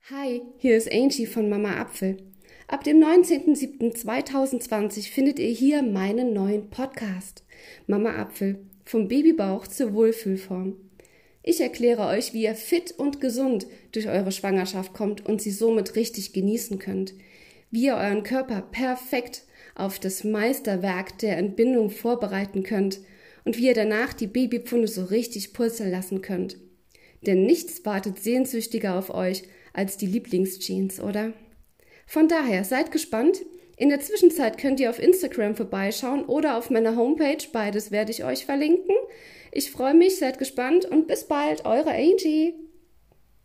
Hi, hier ist Angie von Mama Apfel. Ab dem 19.07.2020 findet ihr hier meinen neuen Podcast. Mama Apfel, vom Babybauch zur Wohlfühlform. Ich erkläre euch, wie ihr fit und gesund durch eure Schwangerschaft kommt und sie somit richtig genießen könnt. Wie ihr euren Körper perfekt auf das Meisterwerk der Entbindung vorbereiten könnt und wie ihr danach die Babypfunde so richtig purzeln lassen könnt. Denn nichts wartet sehnsüchtiger auf euch als die Lieblingsjeans, oder? Von daher, seid gespannt. In der Zwischenzeit könnt ihr auf Instagram vorbeischauen oder auf meiner Homepage. Beides werde ich euch verlinken. Ich freue mich, seid gespannt und bis bald, eure Angie.